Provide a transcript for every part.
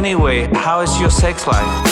Anyway, how is your sex life?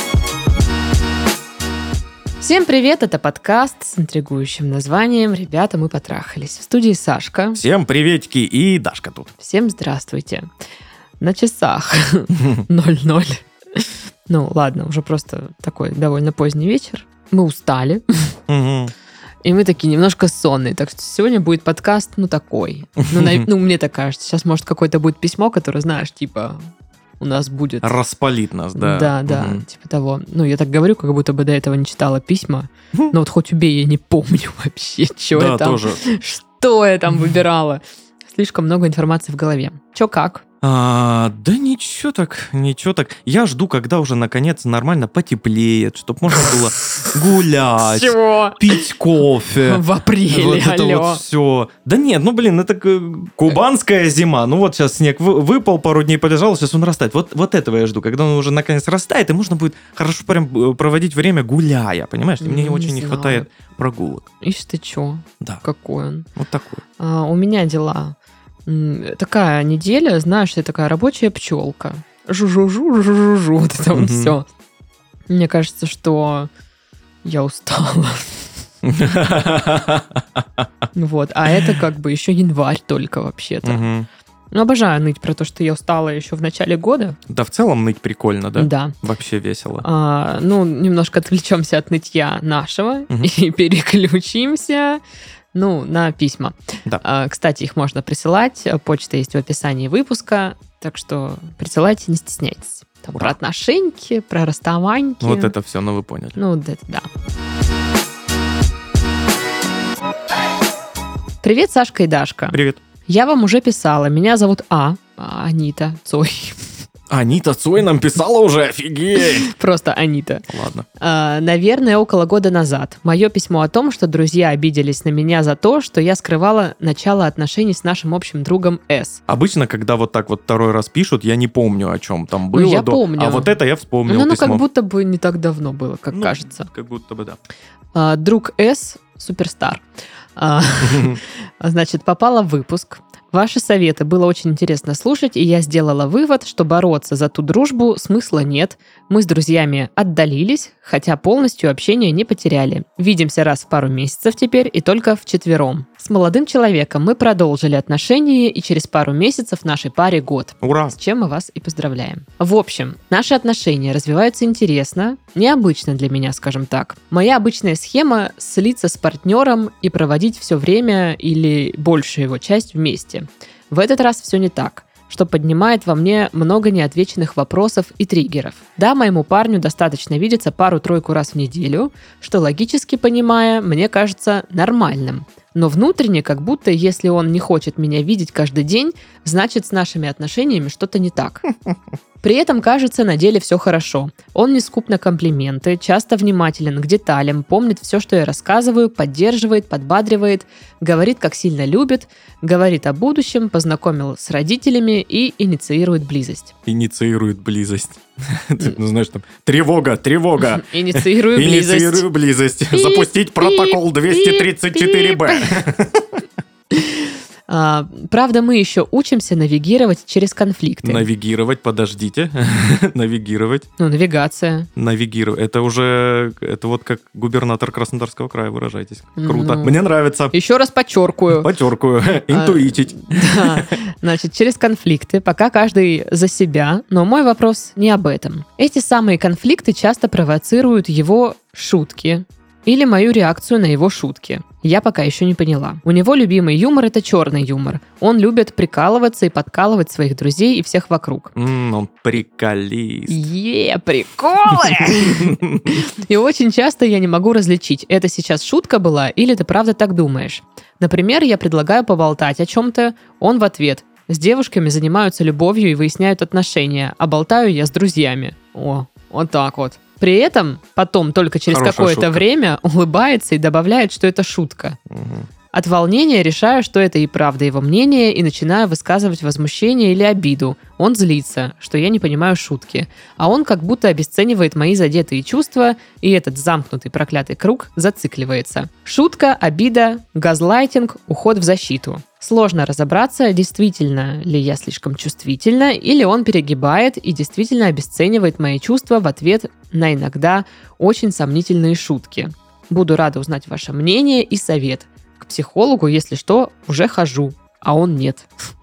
Всем привет, это подкаст с интригующим названием «Ребята, мы потрахались». В студии Сашка. Всем приветики, и Дашка тут. Всем здравствуйте. На часах 00. Ну, ладно, уже просто такой довольно поздний вечер. Мы устали. И мы такие немножко сонные. Так что сегодня будет подкаст, такой. Мне так кажется. Сейчас, может, какое-то будет письмо, которое, знаешь, типа... У нас будет... Распалит нас, да. Да, типа того. Я так говорю, как будто бы до этого не читала письма. Но вот хоть убей, я не помню вообще, что я там... тоже. Что я там выбирала. Слишком много информации в голове. Чё как? Да ничего так. Я жду, когда уже наконец нормально потеплеет, чтобы можно было гулять, Чего? пить кофе. В апреле, вот это алло. вот все. Да нет, это кубанская зима. Вот сейчас снег выпал, пару дней полежал, сейчас он растает. Вот этого я жду, когда он уже наконец растает, и можно будет хорошо прям проводить время гуляя, понимаешь? Мне очень не хватает прогулок. Ишь ты чё? Да. Какой он? Вот такой. У меня дела. Такая неделя, знаешь, я такая рабочая пчелка. Жу-жу-жу, вот это вот все. Мне кажется, что я устала. Вот, а это как бы еще январь только вообще-то. Обожаю ныть про то, что я устала еще в начале года. Да, в целом ныть прикольно, да? Да. Вообще весело. Немножко отвлечемся от нытья нашего и переключимся... на письма. Да. Кстати, их можно присылать. Почта есть в описании выпуска. Так что присылайте, не стесняйтесь. Там про отношеньки, про расставаньки. Вот это все, вы поняли. Вот это да. Привет, Сашка и Дашка. Привет. Я вам уже писала. Меня зовут Анита Цой. Анита Цой нам писала уже, офигеть! Просто Анита. Ладно. Наверное, около года назад. Мое письмо о том, что друзья обиделись на меня за то, что я скрывала начало отношений с нашим общим другом С. Обычно, когда вот так вот второй раз пишут, я не помню, о чем там было. Я помню. А вот это я вспомнил письмо. Как будто бы не так давно было, как кажется. Как будто бы, да. Друг С, суперстар. Значит, попала в выпуск. Ваши советы было очень интересно слушать, и я сделала вывод, что бороться за ту дружбу смысла нет. Мы с друзьями отдалились, хотя полностью общение не потеряли. Видимся раз в пару месяцев теперь и только вчетвером. С молодым человеком мы продолжили отношения, и через пару месяцев нашей паре год. Ура! С чем мы вас и поздравляем. В общем, наши отношения развиваются интересно, необычно для меня, скажем так. Моя обычная схема – слиться с партнером и проводить все время или большую его часть вместе. В этот раз все не так, что поднимает во мне много неотвеченных вопросов и триггеров. Да, моему парню достаточно видеться пару-тройку раз в неделю, что логически понимая, мне кажется нормальным. Но внутренне, как будто, если он не хочет меня видеть каждый день, значит, с нашими отношениями что-то не так. При этом, кажется, на деле все хорошо. Он не скуп на комплименты, часто внимателен к деталям, помнит все, что я рассказываю, поддерживает, подбадривает, говорит, как сильно любит, говорит о будущем, познакомил с родителями и инициирует близость. Инициирует близость. Знаешь, там, тревога. Инициирую близость. Инициирую близость. Запустить протокол 234Б. Правда, мы еще учимся навигировать через конфликты. Навигировать, подождите. Навигировать. Навигация. Навигировать. Это вот как губернатор Краснодарского края, выражайтесь. Круто. Мне нравится. Еще раз подчеркиваю. Интуитить. Да. Значит, через конфликты, пока каждый за себя, но мой вопрос не об этом. Эти самые конфликты часто провоцируют его шутки или мою реакцию на его шутки. Я пока еще не поняла. У него любимый юмор – это черный юмор. Он любит прикалываться и подкалывать своих друзей и всех вокруг. Он приколист. Приколы! И очень часто я не могу различить, это сейчас шутка была или ты правда так думаешь. Например, я предлагаю поболтать о чем-то, он в ответ: с девушками занимаются любовью и выясняют отношения, а болтаю я с друзьями. Вот так вот. При этом потом только через какое-то время улыбается и добавляет, что это шутка. От волнения решаю, что это и правда его мнение, и начинаю высказывать возмущение или обиду. Он злится, что я не понимаю шутки. А он как будто обесценивает мои задетые чувства, и этот замкнутый проклятый круг зацикливается. Шутка, обида, газлайтинг, уход в защиту. Сложно разобраться, действительно ли я слишком чувствительна, или он перегибает и действительно обесценивает мои чувства в ответ на иногда очень сомнительные шутки. Буду рада узнать ваше мнение и совет. К психологу, если что, уже хожу, а он нет.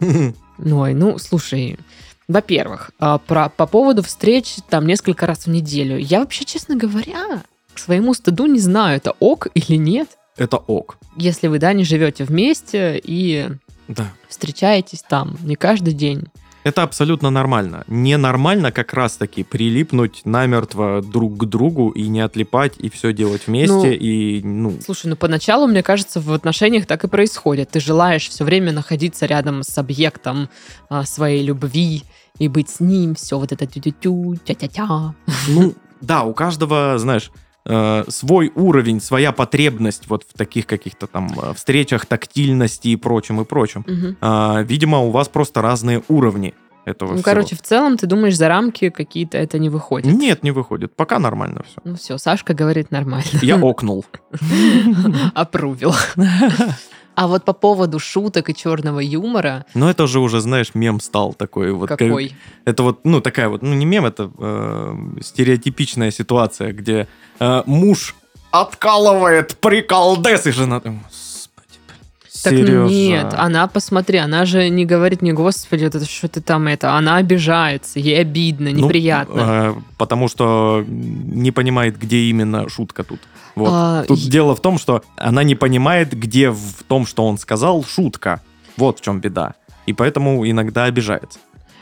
Ну, слушай, во-первых, по поводу встреч там несколько раз в неделю. Я вообще, честно говоря, к своему стыду не знаю, это ок или нет. Это ок. Если вы, не живете вместе и встречаетесь там не каждый день. Это абсолютно нормально. Ненормально как раз-таки прилипнуть намертво друг к другу и не отлипать, и все делать вместе, Слушай, поначалу, мне кажется, в отношениях так и происходит. Ты желаешь все время находиться рядом с объектом своей любви и быть с ним, все вот это тю-тю-тю, тя-тя-тя. Да, у каждого, знаешь, свой уровень, своя потребность вот в таких каких-то там встречах, тактильности и прочем, и прочем. Угу. Видимо, у вас просто разные уровни этого всего. Короче, в целом, ты думаешь, за рамки какие-то это не выходит? Нет, не выходит. Пока нормально все. Все, Сашка говорит нормально. Я окнул. Опрувил. А вот по поводу шуток и черного юмора... Это же уже, знаешь, мем стал такой. Вот, какой? Это вот, такая вот, не мем, это стереотипичная ситуация, где муж откалывает приколдес, и жена... Господи, Так Сережа. нет, она, посмотри, она же не говорит, господи, вот это что ты там она обижается, ей обидно, неприятно. Потому что не понимает, где именно шутка тут. Вот. Тут дело в том, что она не понимает, где в том, что он сказал, шутка. Вот в чем беда. И поэтому иногда обижается.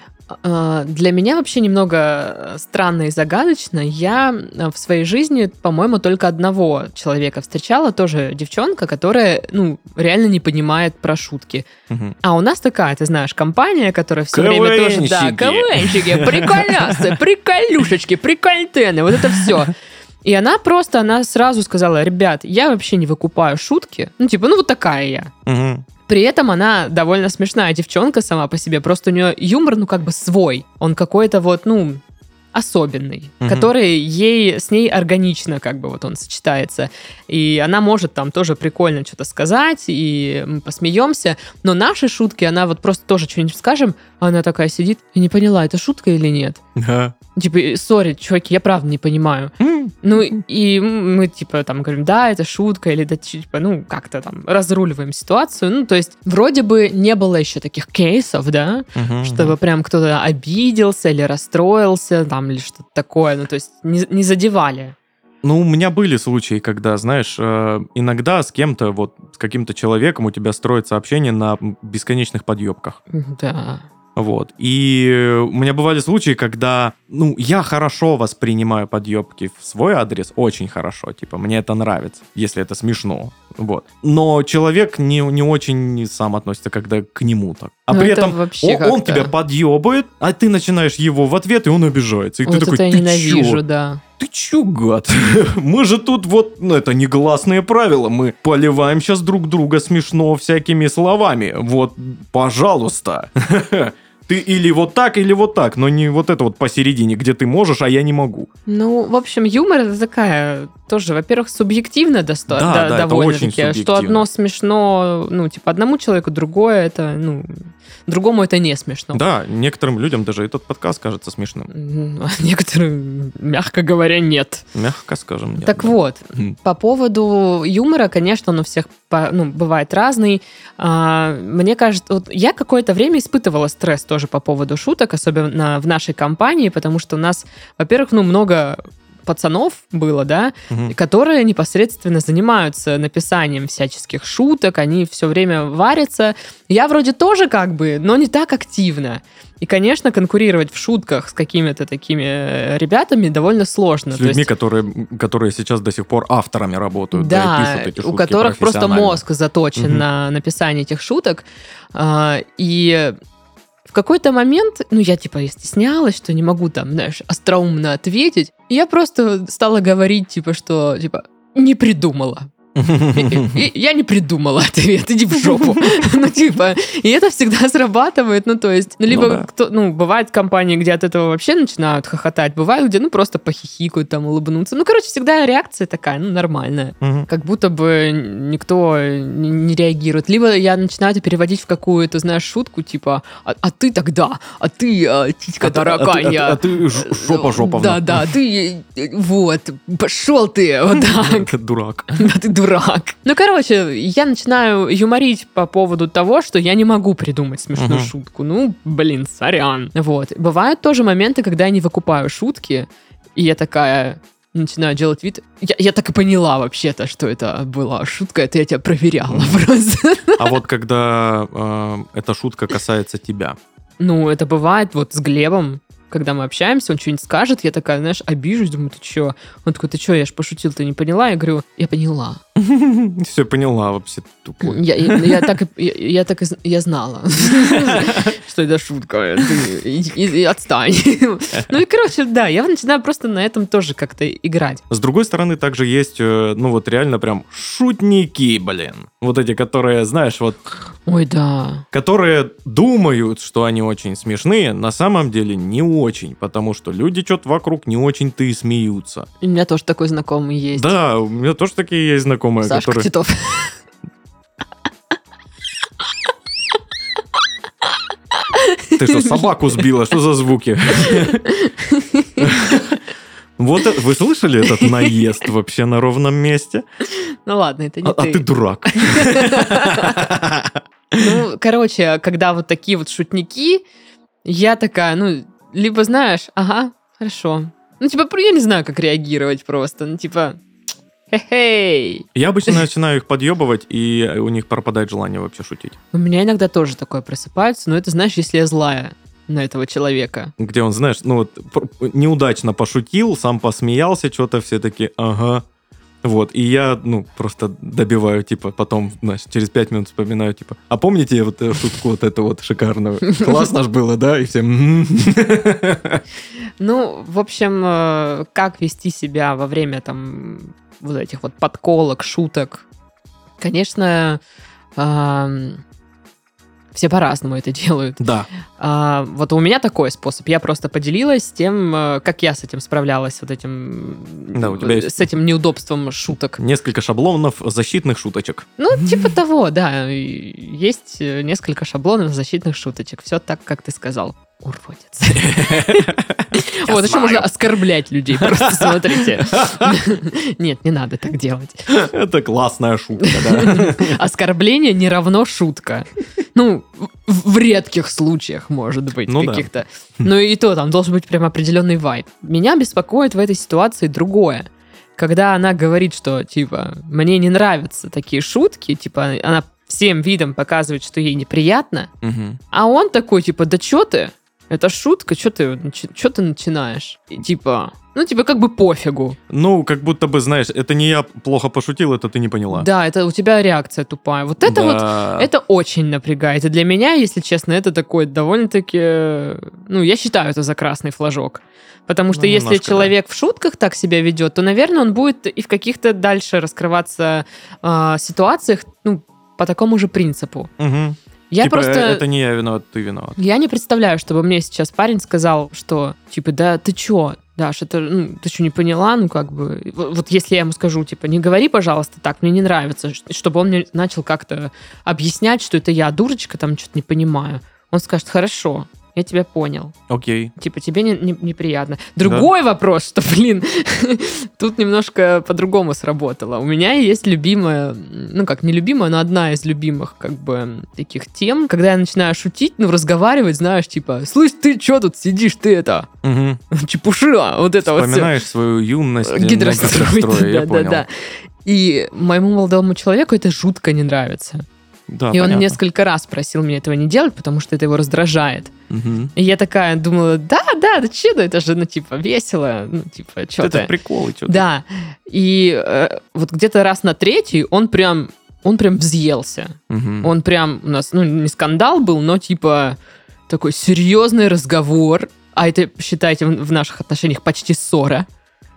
Для меня вообще немного странно и загадочно. Я в своей жизни, по-моему, только одного человека встречала, тоже девчонка, которая, реально не понимает про шутки. Угу. А у нас такая, ты знаешь, компания, которая все время тоже... Да, КВНщики, приколясы, приколюшечки, прикольтены, вот это все. И она сразу сказала: ребят, я вообще не выкупаю шутки. Вот такая я. Угу. При этом она довольно смешная девчонка сама по себе. Просто у нее юмор, свой. Он какой-то особенный, который с ней органично он сочетается. И она может там тоже прикольно что-то сказать, и мы посмеемся. Но наши шутки, она просто тоже что-нибудь скажем, а она такая сидит и не поняла, это шутка или нет. Да. Сори, чуваки, я правда не понимаю. И мы, говорим, да, это шутка, или как-то там разруливаем ситуацию. То есть, вроде бы не было еще таких кейсов, да, чтобы прям кто-то обиделся или расстроился, или что-то такое. То есть, не задевали. У меня были случаи, когда, знаешь, иногда с кем-то, с каким-то человеком у тебя строится общение на бесконечных подъебках. Да. И у меня бывали случаи, когда, я хорошо воспринимаю подъебки в свой адрес, очень хорошо, мне это нравится, если это смешно, Но человек не очень сам относится, когда к нему так. А при этом он тебя подъебывает, а ты начинаешь его в ответ, и он обижается. И ты такой, это я ненавижу, да. Ты чё, гад? Мы же тут это негласные правила. Мы поливаем сейчас друг друга смешно всякими словами. Пожалуйста. Ты или или но не это посередине, где ты можешь, а я не могу. В общем, юмор это такая, тоже, во-первых, субъективно довольно-таки, что одно смешно, одному человеку, другое это, другому это не смешно. Да, некоторым людям даже этот подкаст кажется смешным. А некоторым, мягко говоря, нет. Мягко скажем, нет. Так вот, по поводу юмора, конечно, он у всех бывает разный. Мне кажется, я какое-то время испытывала стресс тоже по поводу шуток, особенно в нашей компании, потому что у нас, во-первых, много пацанов было, да, которые непосредственно занимаются написанием всяческих шуток, они все время варятся. Я вроде тоже но не так активно. И, конечно, конкурировать в шутках с какими-то такими ребятами довольно сложно. С людьми, которые сейчас до сих пор авторами работают, и пишут эти шутки у которых просто мозг заточен на написание этих шуток. И в какой-то момент, я стеснялась, что не могу остроумно ответить. И я просто стала говорить, что не придумала. И я не придумала ответ, иди в жопу. Ну, типа, и это всегда срабатывает, ну, то есть, либо, бывает компании, где от этого вообще начинают хохотать, бывает, где, просто похихикают, там, улыбнуться. Ну, короче, всегда реакция такая, нормальная. Как будто бы никто не реагирует. Либо я начинаю это переводить в какую-то, знаешь, шутку, типа, а ты тогда, а ты титька тараканья. А ты жопа. Да, ты, вот, пошел ты, вот так. Ты дурак. Да, ты дурак. Ну, короче, я начинаю юморить по поводу того, что я не могу придумать смешную шутку. Ну, блин, сорян. Вот. Бывают тоже моменты, когда я не выкупаю шутки, и я такая начинаю делать вид. Я так и поняла вообще-то, что это была шутка, это я тебя проверяла просто. А вот когда эта шутка касается тебя? Ну, это бывает вот с Глебом. Когда мы общаемся, он что-нибудь скажет, я такая, знаешь, обижусь, думаю, ты что? Он такой, ты что, я ж пошутил, ты не поняла? Я говорю, я поняла. Все поняла вообще, тупой. Я знала, что это шутка. И отстань. Ну и, короче, да, я начинаю просто на этом тоже как-то играть. С другой стороны, также есть, вот реально прям шутники, блин. Вот эти, которые, знаешь, вот... Ой, да. Которые думают, что они очень смешные, на самом деле не очень, потому что люди что-то вокруг не очень-то и смеются. У меня тоже такой знакомый есть. Да, у меня тоже такие есть знакомые, Сашка которые... Титов. Ты что, собаку сбила? Что за звуки? Вот вы слышали этот наезд вообще на ровном месте? Ну ладно, это не ты. А ты дурак. Ну, короче, когда вот такие вот шутники, я такая, либо знаешь, ага, хорошо. Ну, типа, я не знаю, как реагировать просто. Ну, типа, хе-хей. Я обычно начинаю их подъебывать, и у них пропадает желание вообще шутить. У меня иногда тоже такое просыпается, но это, знаешь, если я злая на этого человека. Где он, знаешь, неудачно пошутил, сам посмеялся, что-то все таки ага. Вот, и я, просто добиваю, типа, потом, значит, через 5 минут вспоминаю, типа, а помните вот шутку вот эту вот шикарную? Классно ж было, да? И все... Ну, в общем, как вести себя во время, там, вот этих вот подколок, шуток? Конечно, все по-разному это делают. Да. Вот у меня такой способ. Я просто поделилась тем, как я с этим справлялась, вот этим, да, у тебя есть с этим неудобством шуток. Несколько шаблонов защитных шуточек. Ну, типа того, да. Есть несколько шаблонов защитных шуточек. Все так, как ты сказал. Уродец. Вот, еще можно оскорблять людей, просто смотрите. Нет, не надо так делать. Это классная шутка, да. Оскорбление не равно шутка. Ну, в редких случаях, может быть, каких-то. Но и то, там должен быть прям определенный вайб. Меня беспокоит в этой ситуации другое. Когда она говорит, что, типа, мне не нравятся такие шутки, типа, она всем видом показывает, что ей неприятно, а он такой, типа, да чё ты? Это шутка, что ты начинаешь? И типа, как бы пофигу. Ну, как будто бы, знаешь, это не я плохо пошутил, это ты не поняла. Да, это у тебя реакция тупая. Вот это это очень напрягает. И для меня, если честно, это такой довольно-таки... я считаю это за красный флажок. Потому что если человек в шутках так себя ведет, то, наверное, он будет и в каких-то дальше раскрываться ситуациях, по такому же принципу. Угу. Я типа, просто... это не я виноват, ты виноват. Я не представляю, чтобы мне сейчас парень сказал, что, типа, да ты чё, Даш, это, ты что, не поняла? Вот если я ему скажу, типа, не говори, пожалуйста, так, мне не нравится, чтобы он мне начал как-то объяснять, что это я, дурочка, там, что-то не понимаю. Он скажет, хорошо, я тебя понял. Окей. Типа, тебе неприятно. Другой вопрос, что, тут немножко по-другому сработало. У меня есть любимая, не любимая, но одна из любимых, таких тем, когда я начинаю шутить, разговаривать, знаешь, типа, слышь, ты что тут сидишь, ты это, чепушила, вот это вот все. Вспоминаешь свою юность. Гидрострой, да. И моему молодому человеку это жутко не нравится. Да, и он несколько раз просил меня этого не делать, потому что это его раздражает. Угу. И я такая думала, да че, это же, весело, что-то. Это прикол, что-то. Да, и вот где-то раз на третий он прям взъелся. Угу. Он прям, у нас, не скандал был, но такой серьезный разговор, а это, считайте, в наших отношениях почти ссора.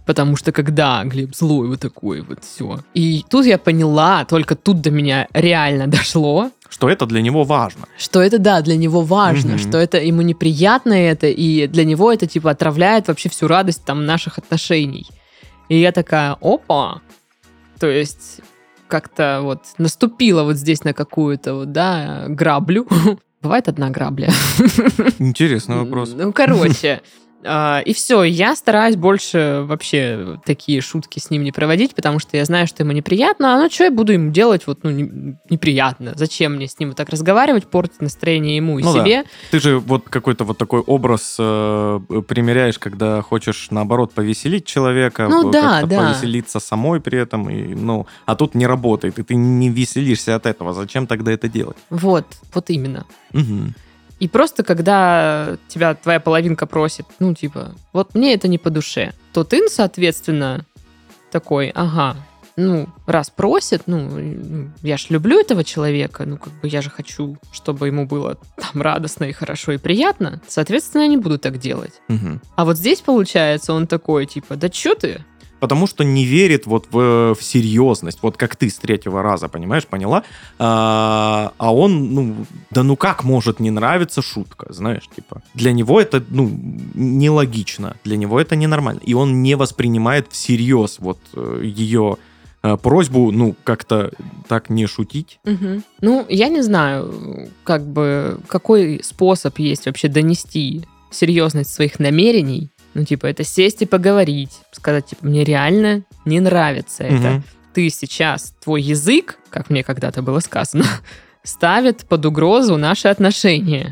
Потому что когда Глеб злой вот такой вот, все. И тут я поняла, только тут до меня реально дошло, Что это для него важно. что это, да, для него важно, Мгм. что это ему неприятно это, и для него это, типа, отравляет вообще всю радость там наших отношений. И я такая, опа! То есть как-то вот наступила вот здесь на какую-то вот, да, граблю. Бывает одна грабля. Интересный вопрос. Ну, короче. И все, я стараюсь больше вообще такие шутки с ним не проводить, потому что я знаю, что ему неприятно, а ну что я буду ему делать вот, ну, неприятно? Зачем мне с ним вот так разговаривать, портить настроение ему и Ну да. себе? Ты же вот какой-то вот такой образ примеряешь, когда хочешь, наоборот, повеселить человека, Ну да, как-то да. повеселиться самой при этом, и, ну, а тут не работает, и ты не веселишься от этого. Зачем тогда это делать? Вот именно. Мгм. И просто когда тебя твоя половинка просит, ну, типа, вот мне это не по душе, то ты, соответственно, такой, ага, ну, раз просит, ну, я ж люблю этого человека, ну, как бы я же хочу, чтобы ему было там радостно и хорошо и приятно, соответственно, я не буду так делать. Мгм. А вот здесь, получается, он такой, типа, да чё ты? Потому что не верит вот в серьезность, вот как ты с третьего раза, понимаешь, поняла? А он, ну, да ну как может не нравиться шутка, знаешь, типа. Для него это, ну, нелогично, для него это ненормально. И он не воспринимает всерьез вот ее просьбу, ну, как-то так не шутить. Мгм. Ну, я не знаю, как бы, какой способ есть вообще донести серьезность своих намерений. Ну, типа, это сесть и поговорить, сказать, типа, мне реально не нравится это. Мгм. Ты сейчас, твой язык, как мне когда-то было сказано, ставит под угрозу наши отношения.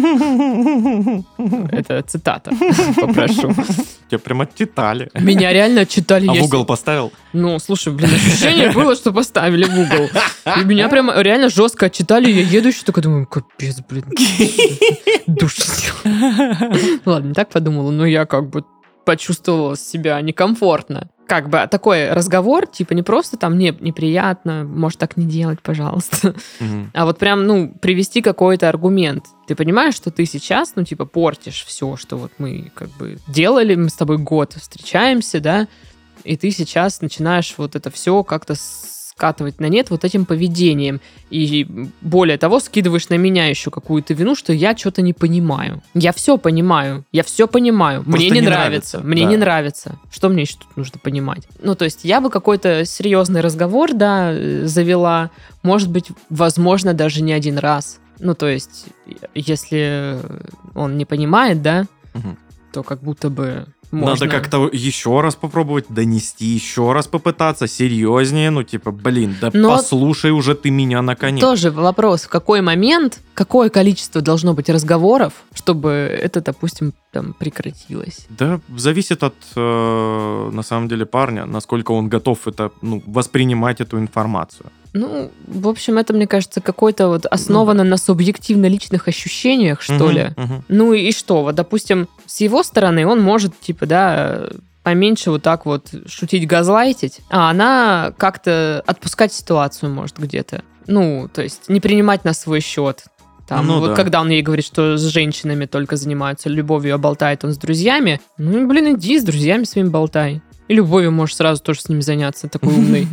Это цитата, попрошу. Тебя прямо читали. Меня реально читали. А я в угол поставил? Ну, слушай, блин, ощущение было, что поставили в угол. И меня прям реально жестко отчитали, я еду еще такая думаю, капец, блин, душ. Ладно, не так подумала, но я как бы почувствовала себя некомфортно. Как бы такой разговор, типа не просто там мне неприятно, может так не делать, пожалуйста, Мгм. а вот прям, ну, привести какой-то аргумент. Ты понимаешь, что ты сейчас, ну, типа, портишь все, что вот мы как бы делали, мы с тобой год встречаемся, да, и ты сейчас начинаешь вот это все как-то скатывать на нет вот этим поведением. И более того, скидываешь на меня еще какую-то вину, что я что-то не понимаю. Я все понимаю. Мне Просто не не нравится. нравится, Мне да. не нравится. Что мне еще тут нужно понимать? Ну, то есть я бы какой-то серьезный разговор, да, завела. Может быть, возможно, даже не один раз. Ну, то есть, если он не понимает, да, Мгм. то как будто бы можно... Надо как-то еще раз попробовать донести, еще раз попытаться, серьезнее, ну типа, блин, да Но- послушай уже ты меня наконец. Тоже вопрос, в какой момент, какое количество должно быть разговоров, чтобы это, допустим, там прекратилось. Да, зависит от, на самом деле, парня, насколько он готов это, ну, воспринимать эту информацию. Ну, в общем, это, мне кажется, какой-то вот основано на субъективно-личных ощущениях, что Мгм, ли. мгм. Ну и что? Вот, допустим, с его стороны он может, типа, да, поменьше вот так вот шутить, газлайтить, а она как-то отпускать ситуацию может где-то. Ну, то есть не принимать на свой счет. Там, Ну вот да. когда он ей говорит, что с женщинами только занимаются любовью, а болтает он с друзьями, ну, блин, иди с друзьями своими болтай. И любовью можешь сразу тоже с ними заняться, такой умный.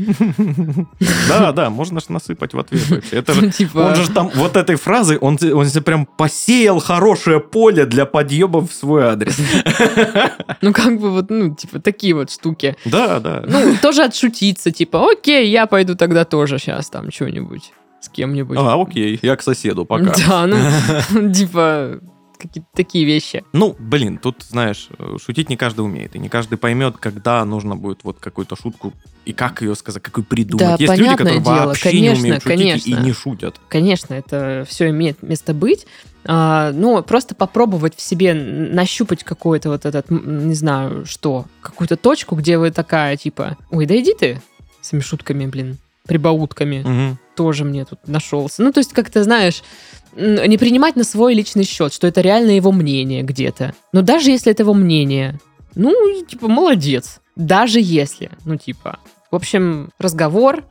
Да, можно ж насыпать в ответ вообще. Это же, Типа- он же там вот этой фразой, он себе прям посеял хорошее поле для подъебов в свой адрес. Ну, как бы вот, ну, типа, такие вот штуки. Да. Ну, тоже отшутиться, типа, окей, я пойду тогда тоже сейчас там что-нибудь с кем-нибудь. Окей, я к соседу пока. Да, ну, типа, какие-то такие вещи. Ну, блин, тут, знаешь, шутить не каждый умеет, и не каждый поймет, когда нужно будет вот какую-то шутку, и как ее сказать, как ее придумать. Да, Есть люди, понятное которые дело, вообще не умеют шутить конечно. и не шутят. Конечно, это все имеет место быть. Ну, просто попробовать в себе нащупать какой-то вот этот, не знаю, что, какую-то точку, где вы такая, типа, ой, да иди ты с этими шутками, блин, прибаутками. Мгм. Тоже мне тут нашелся. Ну, то есть, как-то, знаешь, не принимать на свой личный счет, что это реально его мнение где-то. Но даже если это его мнение, ну, и, типа, молодец. Даже если, ну, типа. В общем, разговор,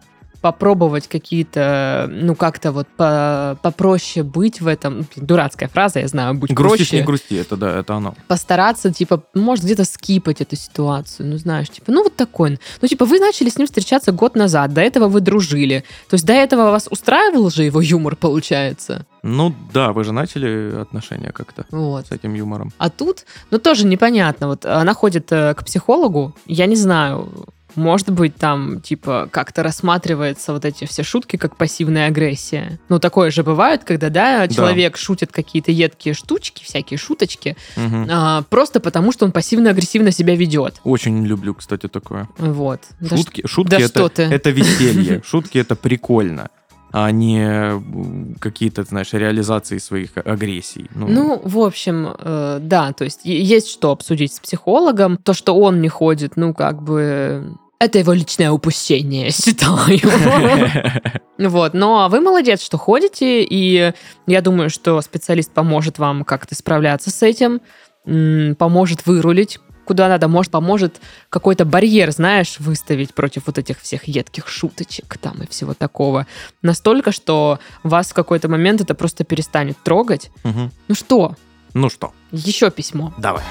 попробовать какие-то, как-то вот попроще быть в этом. Дурацкая фраза, я знаю, будь Грустишь, проще. не грусти, это оно. Постараться, может, где-то скипать эту ситуацию, знаешь, вот такой. Вы начали с ним встречаться год назад, до этого вы дружили. То есть до этого вас устраивал же его юмор, получается? Да, вы же начали отношения как-то с этим юмором. А тут, тоже непонятно. Вот она ходит к психологу, я не знаю, может быть, там, как-то рассматривается вот эти все шутки как пассивная агрессия. Такое же бывает, когда, человек шутит какие-то едкие штучки, всякие шуточки, просто потому, что он пассивно-агрессивно себя ведет. Очень люблю, кстати, такое. Вот. Шутки да это веселье. Шутки это прикольно, а не какие-то, знаешь, реализации своих агрессий. В общем, да, то есть есть что обсудить с психологом. То, что он не ходит, это его личное упущение, считаю. Но вы молодец, что ходите, и я думаю, что специалист поможет вам как-то справляться с этим, поможет вырулить куда надо, поможет какой-то барьер, знаешь, выставить против вот этих всех едких шуточек там и всего такого. Настолько, что вас в какой-то момент это просто перестанет трогать. Угу. Что? Еще письмо. Давай.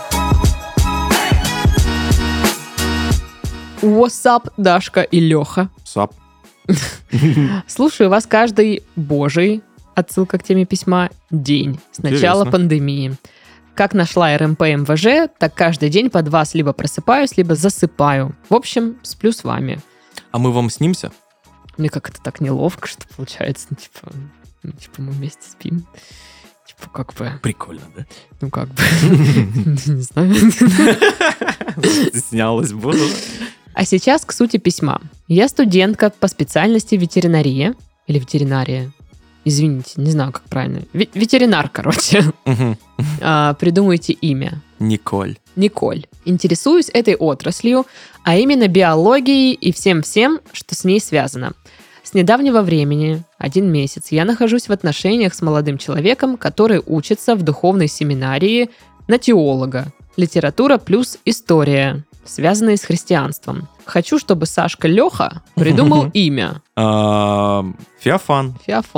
What's up, Дашка и Леха? Сап. Слушаю вас каждый божий, отсылка к теме письма, день с начала пандемии. Как нашла РМП МВЖ, так каждый день под вас либо просыпаюсь, либо засыпаю. В общем, сплю с вами. А мы вам снимся? Мне как-то так неловко, что получается, мы вместе спим. Прикольно, да? Не знаю. Снялась, боже. А сейчас к сути письма. Я студентка по специальности ветеринария. Или ветеринария. Извините, не знаю, как правильно. Ветеринар, короче. Придумайте имя. Николь. Интересуюсь этой отраслью, а именно биологией и всем-всем, что с ней связано. С недавнего времени, 1 месяц, я нахожусь в отношениях с молодым человеком, который учится в духовной семинарии на теолога. Литература плюс история, связанные с христианством. Хочу, чтобы Сашка Леха придумал имя. Феофан.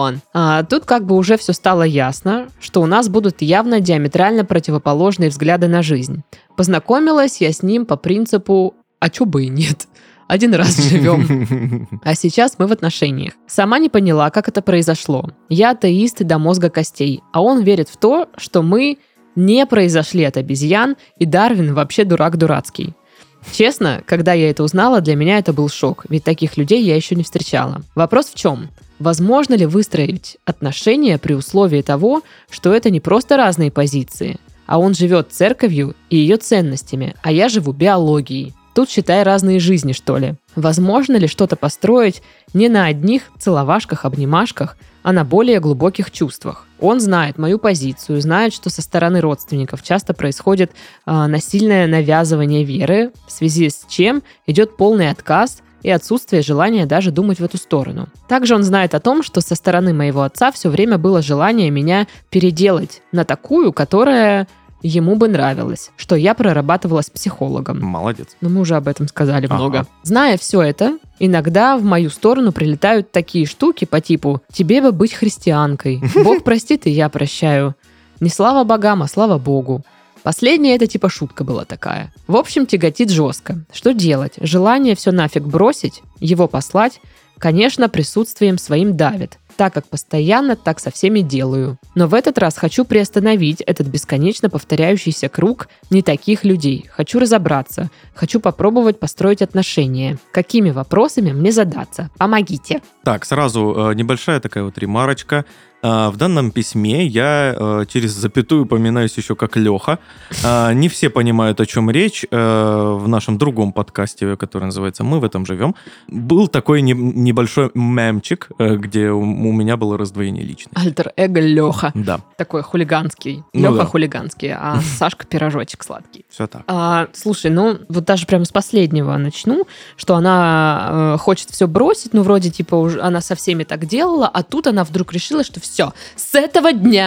Тут уже все стало ясно, что у нас будут явно диаметрально противоположные взгляды на жизнь. Познакомилась я с ним по принципу «а чё бы и нет?» 1 раз живем. А сейчас мы в отношениях. Сама не поняла, как это произошло. Я атеист до мозга костей, а он верит в то, что мы не произошли от обезьян, и Дарвин вообще дурак дурацкий. Честно, когда я это узнала, для меня это был шок, ведь таких людей я еще не встречала. Вопрос в чем? Возможно ли выстроить отношения при условии того, что это не просто разные позиции, а он живет церковью и ее ценностями, а я живу биологией? Тут, считай, разные жизни, что ли. Возможно ли что-то построить не на одних целовашках, обнимашках, а на более глубоких чувствах? Он знает мою позицию, знает, что со стороны родственников часто происходит насильное навязывание веры, в связи с чем идет полный отказ и отсутствие желания даже думать в эту сторону. Также он знает о том, что со стороны моего отца все время было желание меня переделать на такую, которая ему бы нравилось, что я прорабатывала с психологом. Молодец. Но мы уже об этом сказали много. Зная все это, иногда в мою сторону прилетают такие штуки по типу «тебе бы быть христианкой», «Бог простит, и я прощаю», «не слава богам, а слава Богу». Последняя это типа шутка была такая. В общем, тяготит жестко. Что делать? Желание все нафиг бросить, его послать, конечно, присутствием своим давит. Так как постоянно, так со всеми делаю. Но в этот раз хочу приостановить этот бесконечно повторяющийся круг не таких людей. Хочу разобраться. Хочу попробовать построить отношения. Какими вопросами мне задаться? Помогите. Так, сразу небольшая такая вот ремарочка. В данном письме я через запятую упоминаюсь еще как Леха. Не все понимают, о чем речь. В нашем другом подкасте, который называется «Мы в этом живем», был такой небольшой мемчик, где у меня было раздвоение личности. Альтер-эго Леха. Да. Такой хулиганский. Леха хулиганский, а Сашка пирожочек сладкий. Все так. Слушай, вот даже прямо с последнего начну, что она хочет все бросить, вроде типа уже она со всеми так делала, а тут она вдруг решила, что все, с этого дня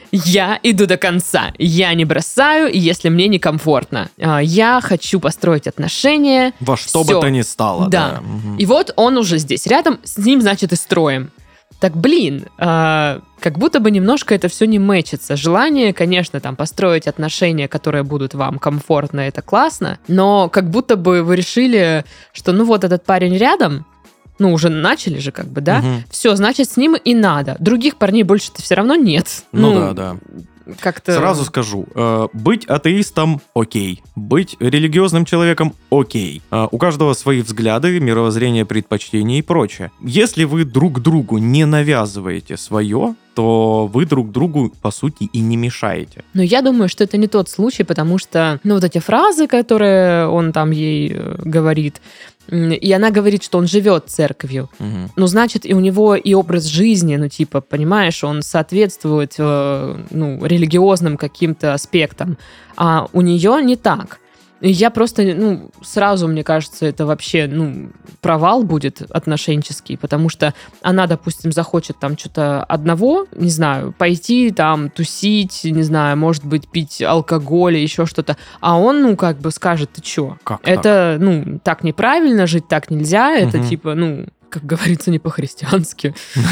Я иду до конца. Я не бросаю, если мне некомфортно. Я хочу построить отношения. Во что Всё. бы то ни стало. Да. Мгм. И вот он уже здесь рядом, с ним, значит, и строим. Так, блин, как будто бы немножко это все не мэчится. Желание, конечно, там построить отношения, которые будут вам комфортно, это классно, но как будто бы вы решили, что ну вот этот парень рядом, ну уже начали же как бы, да? Мгм. Все, значит, с ним и надо. Других парней больше-то все равно нет. Ну да. Как-то... Сразу скажу, быть атеистом – окей, быть религиозным человеком – окей. У каждого свои взгляды, мировоззрение, предпочтения и прочее. Если вы друг другу не навязываете свое, то вы друг другу, по сути, и не мешаете. Но я думаю, что это не тот случай, потому что, ну, вот эти фразы, которые он там ей говорит, и она говорит, что он живет церковью. Мгм. Ну, значит, и у него и образ жизни, ну, типа, понимаешь, он соответствует, ну, религиозным каким-то аспектам, а у нее не так. И я просто, ну, сразу, мне кажется, это вообще, ну, провал будет отношенческий, потому что она, допустим, захочет там что-то одного, не знаю, пойти там тусить, не знаю, может быть, пить алкоголь, еще что-то, а он, ну, как бы скажет, ты чё? Как так? Это, ну, так неправильно, жить так нельзя, это Мгм. типа, ну, как говорится, не по-христиански.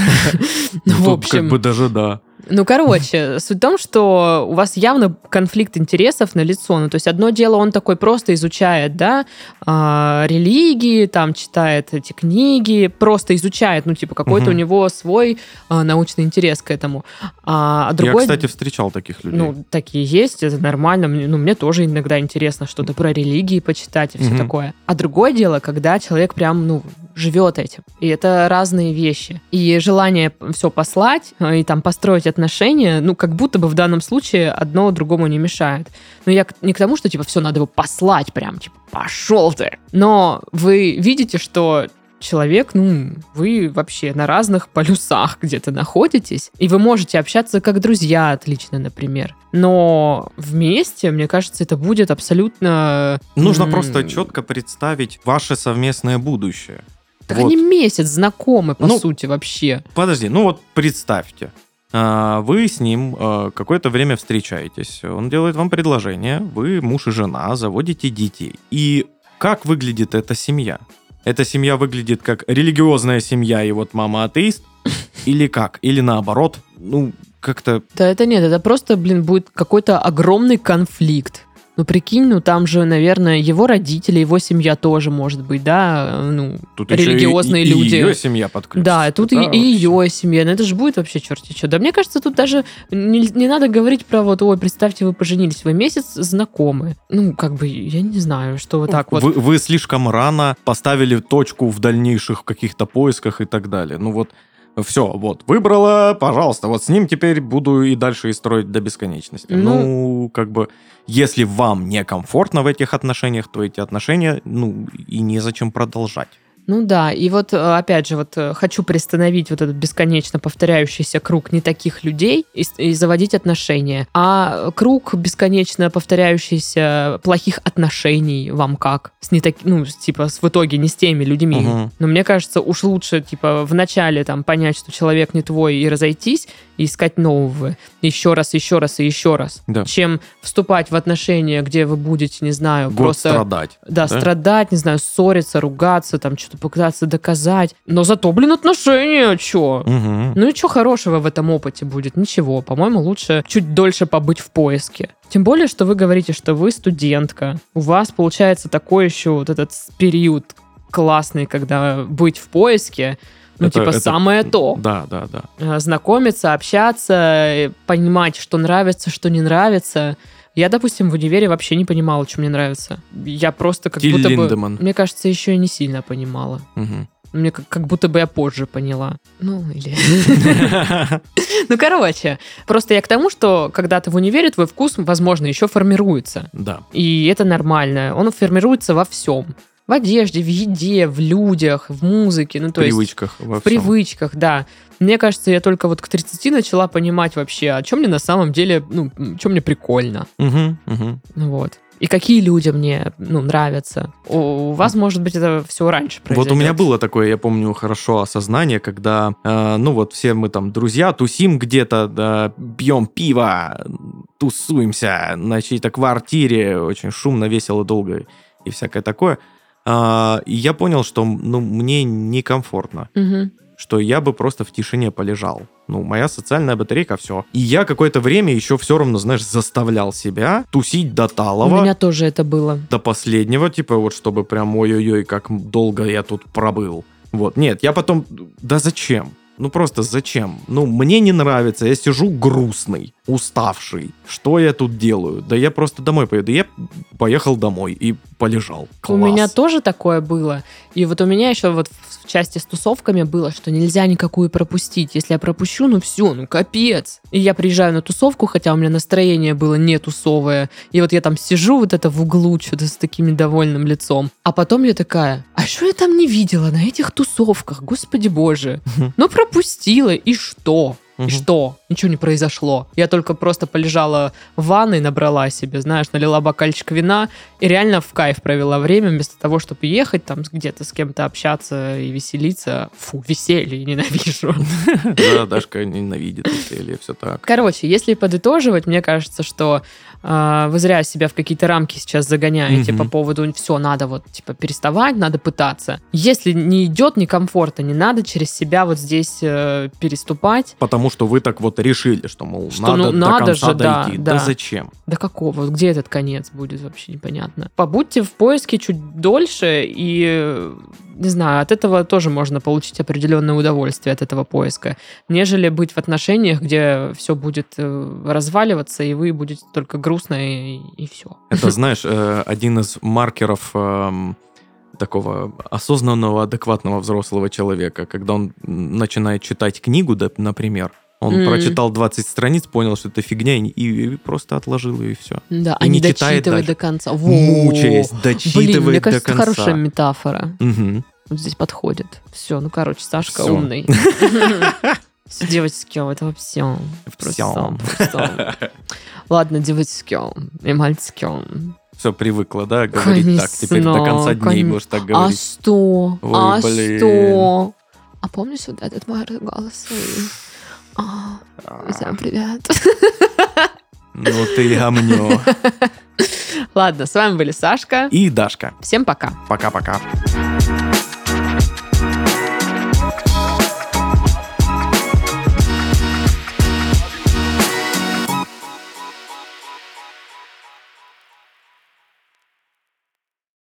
Ну, в Тут как общем... бы даже да. Ну, короче, суть в том, что у вас явно конфликт интересов налицо. Ну, то есть одно дело, он такой просто изучает, да, религии, там читает эти книги, просто изучает, ну, типа какой-то у него свой научный интерес к этому. А Я, другой... кстати, встречал таких людей. Ну, такие есть, это нормально. Ну, мне тоже иногда интересно что-то про религии почитать и все Мгм. такое. А другое дело, когда человек прям, ну, живет этим. И это разные вещи. И желание все послать и там построить отношения, ну, как будто бы в данном случае одно другому не мешает. Но я не к тому, что, типа, все надо его послать прям, типа, пошел ты. Но вы видите, что человек, ну, вы вообще на разных полюсах где-то находитесь, и вы можете общаться как друзья отлично, например. Но вместе, мне кажется, это будет абсолютно... Нужно просто четко представить ваше совместное будущее. Так Вот. они месяц знакомы, по Ну, сути, вообще. Подожди, ну вот представьте, вы с ним какое-то время встречаетесь, он делает вам предложение, вы муж и жена, заводите детей. И как выглядит эта семья? Эта семья выглядит как религиозная семья, и вот мама атеист? Или как? Или наоборот? Ну, как-то... Да это нет, это просто, блин, будет какой-то огромный конфликт. Ну, прикинь, ну, там же, наверное, его родители, его семья тоже, может быть, да, ну, Тут еще религиозные и люди. ее семья подключится. Да, тут и ее семья. Но это же будет вообще черти что. Да мне кажется, тут даже не надо говорить про вот, ой, представьте, вы поженились, вы месяц знакомы. Ну, как бы, я не знаю, что вот так вот. Вы слишком рано поставили точку в дальнейших каких-то поисках и так далее. Ну вот, все, вот, выбрала, пожалуйста, вот с ним теперь буду и дальше и строить до бесконечности. Ну, как бы, если вам некомфортно в этих отношениях, то эти отношения, ну, и незачем продолжать. Ну да, и вот опять же, вот хочу приостановить вот этот бесконечно повторяющийся круг не таких людей и заводить отношения. А круг бесконечно повторяющийся плохих отношений вам как? С не так, ну, типа, в итоге не с теми людьми. Мгм. Но мне кажется, уж лучше, типа, вначале там понять, что человек не твой, и разойтись, и искать нового. Еще раз, еще раз и еще раз. Да. Чем вступать в отношения, где вы будете, не знаю, Год просто... страдать. Да, страдать, не знаю, ссориться, ругаться, там что-то пытаться доказать. Но зато, блин, отношения, чё? Мгм. Ну и что хорошего в этом опыте будет? Ничего. По-моему, лучше чуть дольше побыть в поиске. Тем более, что вы говорите, что вы студентка. У вас, получается, такой еще вот этот период классный, когда быть в поиске, ну, Это- типа, это- самое то. Да. Знакомиться, общаться, понимать, что нравится, что не нравится. Я, допустим, в универе вообще не понимала, что мне нравится. Я просто как Тиль будто бы... Линдеман. Мне кажется, еще и не сильно понимала. Мгм. Мне как будто бы я позже поняла. Ну, или... Ну, короче. Просто я к тому, что когда ты в универе, твой вкус, возможно, еще формируется. Да. И это нормально. Он формируется во всем. В одежде, в еде, в людях, в музыке. Ну, В то есть привычках во в всем. привычках, да. Мне кажется, я только вот к 30 начала понимать вообще, о чем мне на самом деле, ну, что мне прикольно. Мгм, мгм. Вот. и какие люди мне нравятся. У вас, может быть, это все раньше произойдет. Вот у меня было такое, я помню, хорошо осознание, когда, все мы там друзья, тусим где-то, пьем пиво, тусуемся на чьей-то квартире, очень шумно, весело, долго и всякое такое. И я понял, что мне некомфортно. Угу. Что я бы просто в тишине полежал. Моя социальная батарейка, все. И я какое-то время еще все равно, знаешь, заставлял себя тусить до талого. У меня тоже это было. До последнего, чтобы прям ой-ой-ой, как долго я тут пробыл. Вот, нет, я потом, да зачем? Просто зачем? Мне не нравится, я сижу грустный, уставший. Что я тут делаю? Да я просто домой поеду. Я поехал домой и полежал. Класс. У меня тоже такое было. И вот у меня еще вот в части с тусовками было, что нельзя никакую пропустить. Если я пропущу, все, капец. И я приезжаю на тусовку, хотя у меня настроение было не тусовое. И вот я там сижу вот это в углу, что-то с таким недовольным лицом. А потом я такая, а что я там не видела на этих тусовках? Господи боже. Пропустила, и что? И что? Ничего не произошло. Я только просто полежала в ванной, набрала себе, знаешь, налила бокальчик вина и реально в кайф провела время, вместо того, чтобы ехать там где-то с кем-то общаться и веселиться. Фу, веселье ненавижу. Да, Дашка ненавидит веселье, все так. Короче, если подытоживать, мне кажется, что вы зря себя в какие-то рамки сейчас загоняете по поводу все, надо переставать, надо пытаться. Если не идет некомфортно, не надо через себя вот здесь переступать. Потому что вы так решили, что, надо до конца дойти. Да зачем? До какого? Где этот конец будет, вообще непонятно. Побудьте в поиске чуть дольше, и, не знаю, от этого тоже можно получить определенное удовольствие от этого поиска, нежели быть в отношениях, где все будет разваливаться, и вы будете только грустно, и все. Это, знаешь, один из маркеров такого осознанного, адекватного взрослого человека, когда он начинает читать книгу, например, он прочитал 20 страниц, понял, что это фигня, и просто отложил ее, и все. Да, и не дочитывает до конца. Мучаясь, дочитывает мне кажется, до конца. Хорошая метафора. Угу. Вот здесь подходит. Все, Сашка умный. Все, девочки, это все. Ладно, девочки и мальчики. Все, привыкла, да, говорить конечно, так. Теперь до конца дней будешь так говорить. Что? Ой, блин. Что? А помнишь вот этот мой голос? Всем привет. Ты гомнё. Ладно, с вами были Сашка и Дашка. Всем пока. Пока-пока.